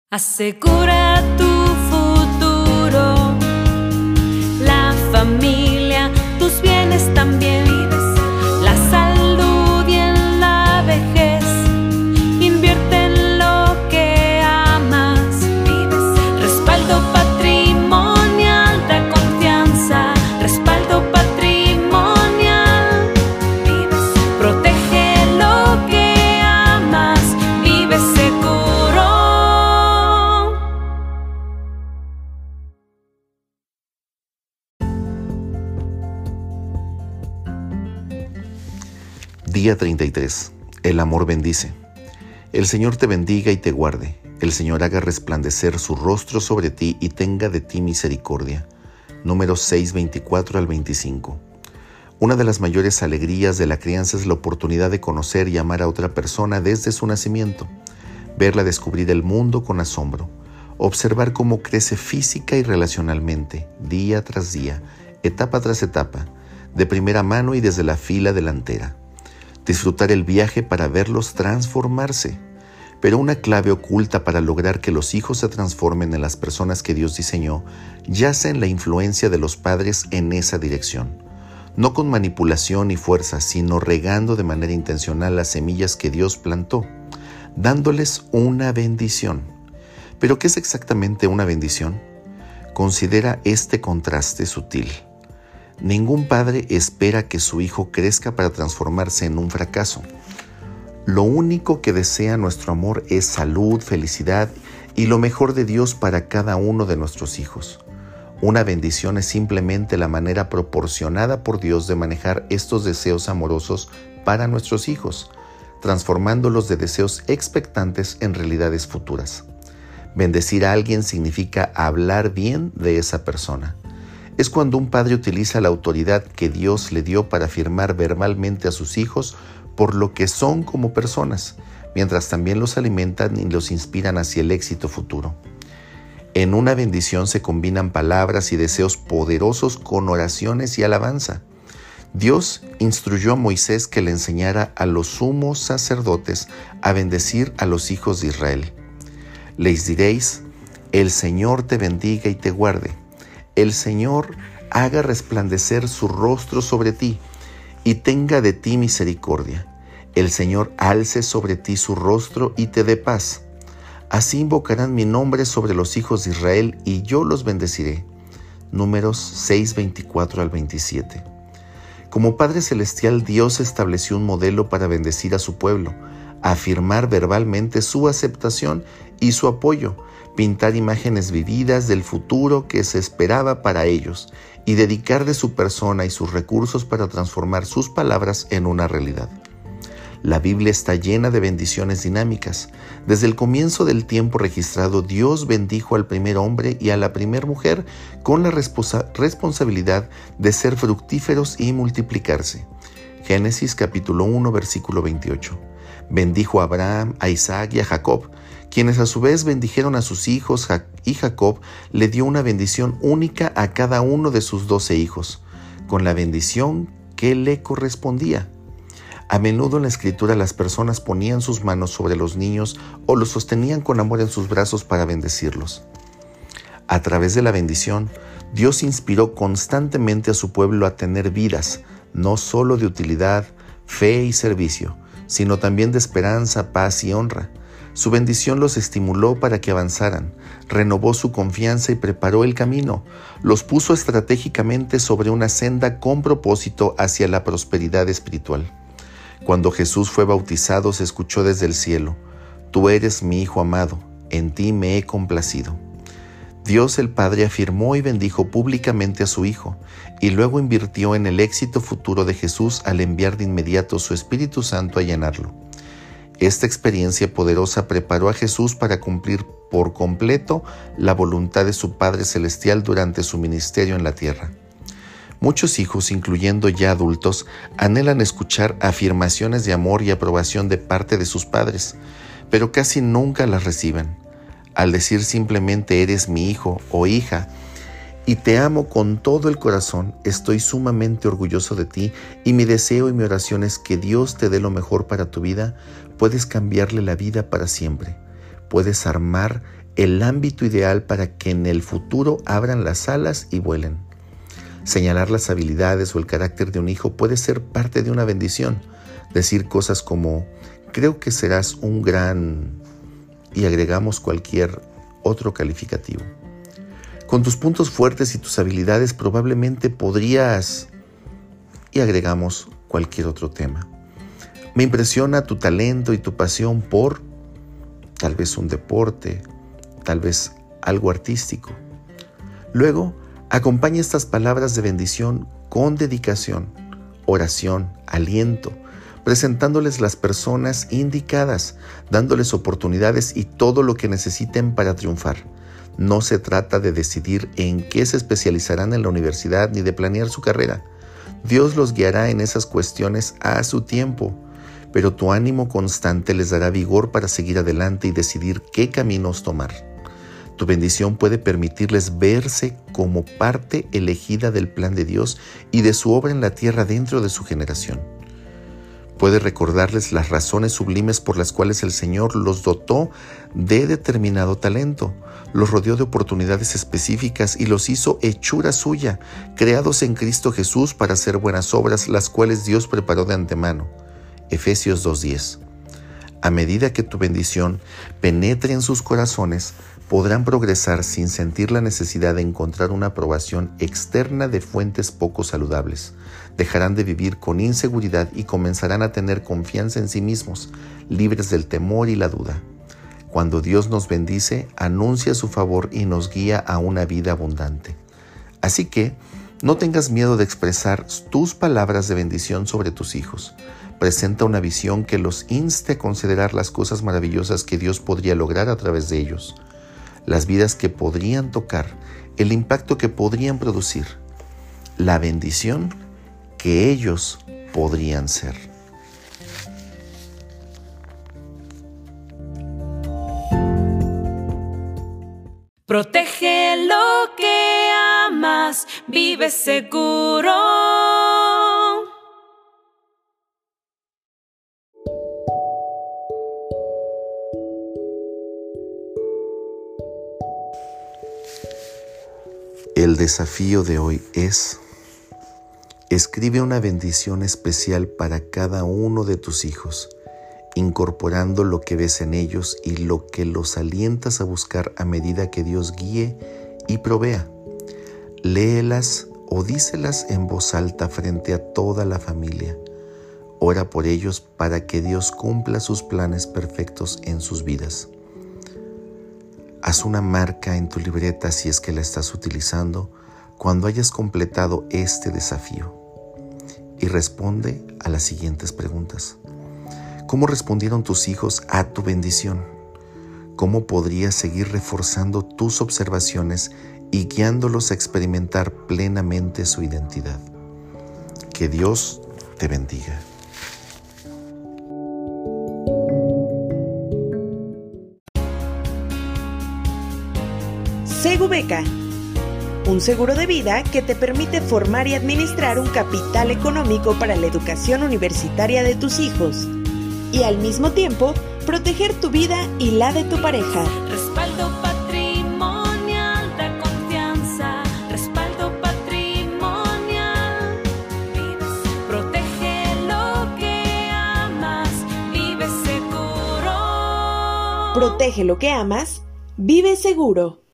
Asegura tu futuro, la familia, tus bienes también, la salud y en la vejez. Invierte en lo que amas, respaldo patrimonial, da confianza, respaldo patrimonial, protege lo que amas, vive seguro. Día 33. El amor bendice. El Señor te bendiga y te guarde. El Señor haga resplandecer su rostro sobre ti y tenga de ti misericordia. Números 6, 24 al 25. Una de las mayores alegrías de la crianza es la oportunidad de conocer y amar a otra persona desde su nacimiento. Verla descubrir el mundo con asombro. Observar cómo crece física y relacionalmente, día tras día, etapa tras etapa, de primera mano y desde la fila delantera. Disfrutar el viaje para verlos transformarse. Pero una clave oculta para lograr que los hijos se transformen en las personas que Dios diseñó yace en la influencia de los padres en esa dirección. No con manipulación y fuerza, sino regando de manera intencional las semillas que Dios plantó, dándoles una bendición. ¿Pero qué es exactamente una bendición? Considera este contraste sutil. Ningún padre espera que su hijo crezca para transformarse en un fracaso. Lo único que desea nuestro amor es salud, felicidad y lo mejor de Dios para cada uno de nuestros hijos. Una bendición es simplemente la manera proporcionada por Dios de manejar estos deseos amorosos para nuestros hijos, transformándolos de deseos expectantes en realidades futuras. Bendecir a alguien significa hablar bien de esa persona. Es cuando un padre utiliza la autoridad que Dios le dio para afirmar verbalmente a sus hijos por lo que son como personas, mientras también los alimentan y los inspiran hacia el éxito futuro. En una bendición se combinan palabras y deseos poderosos con oraciones y alabanza. Dios instruyó a Moisés que le enseñara a los sumos sacerdotes a bendecir a los hijos de Israel. Les diréis: el Señor te bendiga y te guarde. El Señor haga resplandecer su rostro sobre ti y tenga de ti misericordia. El Señor alce sobre ti su rostro y te dé paz. Así invocarán mi nombre sobre los hijos de Israel y yo los bendeciré. Números 6, 24 al 27. Como Padre Celestial, Dios estableció un modelo para bendecir a su pueblo, afirmar verbalmente su aceptación y su apoyo, pintar imágenes vividas del futuro que se esperaba para ellos y dedicar de su persona y sus recursos para transformar sus palabras en una realidad. La Biblia está llena de bendiciones dinámicas. Desde el comienzo del tiempo registrado, Dios bendijo al primer hombre y a la primer mujer con la responsabilidad de ser fructíferos y multiplicarse. Génesis capítulo 1, versículo 28. Bendijo a Abraham, a Isaac y a Jacob, quienes a su vez bendijeron a sus hijos, y Jacob le dio una bendición única a cada uno de sus 12 hijos, con la bendición que le correspondía. A menudo en la Escritura las personas ponían sus manos sobre los niños o los sostenían con amor en sus brazos para bendecirlos. A través de la bendición, Dios inspiró constantemente a su pueblo a tener vidas, no solo de utilidad, fe y servicio, sino también de esperanza, paz y honra. Su bendición los estimuló para que avanzaran, renovó su confianza y preparó el camino, los puso estratégicamente sobre una senda con propósito hacia la prosperidad espiritual. Cuando Jesús fue bautizado, se escuchó desde el cielo: «Tú eres mi Hijo amado, en ti me he complacido». Dios el Padre afirmó y bendijo públicamente a su Hijo, y luego invirtió en el éxito futuro de Jesús al enviar de inmediato su Espíritu Santo a llenarlo. Esta experiencia poderosa preparó a Jesús para cumplir por completo la voluntad de su Padre Celestial durante su ministerio en la tierra. Muchos hijos, incluyendo ya adultos, anhelan escuchar afirmaciones de amor y aprobación de parte de sus padres, pero casi nunca las reciben. Al decir simplemente «eres mi hijo o hija» y «te amo con todo el corazón», estoy sumamente orgulloso de ti y mi deseo y mi oración es que Dios te dé lo mejor para tu vida, puedes cambiarle la vida para siempre. Puedes armar el ámbito ideal para que en el futuro abran las alas y vuelen. Señalar las habilidades o el carácter de un hijo puede ser parte de una bendición. Decir cosas como, creo que serás un gran... y agregamos cualquier otro calificativo. Con tus puntos fuertes y tus habilidades probablemente podrías... y agregamos cualquier otro tema. Me impresiona tu talento y tu pasión por tal vez un deporte, tal vez algo artístico. Luego, acompaña estas palabras de bendición con dedicación, oración, aliento, presentándoles las personas indicadas, dándoles oportunidades y todo lo que necesiten para triunfar. No se trata de decidir en qué se especializarán en la universidad ni de planear su carrera. Dios los guiará en esas cuestiones a su tiempo, pero tu ánimo constante les dará vigor para seguir adelante y decidir qué caminos tomar. Tu bendición puede permitirles verse como parte elegida del plan de Dios y de su obra en la tierra dentro de su generación. Puede recordarles las razones sublimes por las cuales el Señor los dotó de determinado talento, los rodeó de oportunidades específicas y los hizo hechura suya, creados en Cristo Jesús para hacer buenas obras, las cuales Dios preparó de antemano. Efesios 2:10. A medida que tu bendición penetre en sus corazones, podrán progresar sin sentir la necesidad de encontrar una aprobación externa de fuentes poco saludables. Dejarán de vivir con inseguridad y comenzarán a tener confianza en sí mismos, libres del temor y la duda. Cuando Dios nos bendice, anuncia su favor y nos guía a una vida abundante. Así que, no tengas miedo de expresar tus palabras de bendición sobre tus hijos. Presenta una visión que los inste a considerar las cosas maravillosas que Dios podría lograr a través de ellos, las vidas que podrían tocar, el impacto que podrían producir, la bendición que ellos podrían ser. Protege lo que amas, vive seguro. El desafío de hoy es: escribe una bendición especial para cada uno de tus hijos, incorporando lo que ves en ellos y lo que los alientas a buscar a medida que Dios guíe y provea. Léelas o dícelas en voz alta frente a toda la familia. Ora por ellos para que Dios cumpla sus planes perfectos en sus vidas. Haz una marca en tu libreta si es que la estás utilizando cuando hayas completado este desafío y responde a las siguientes preguntas. ¿Cómo respondieron tus hijos a tu bendición? ¿Cómo podrías seguir reforzando tus observaciones y guiándolos a experimentar plenamente su identidad? Que Dios te bendiga. Segubeca, un seguro de vida que te permite formar y administrar un capital económico para la educación universitaria de tus hijos y al mismo tiempo proteger tu vida y la de tu pareja. Respaldo patrimonial da confianza. Respaldo patrimonial. Protege lo que amas. Vive seguro. Protege lo que amas, vive seguro.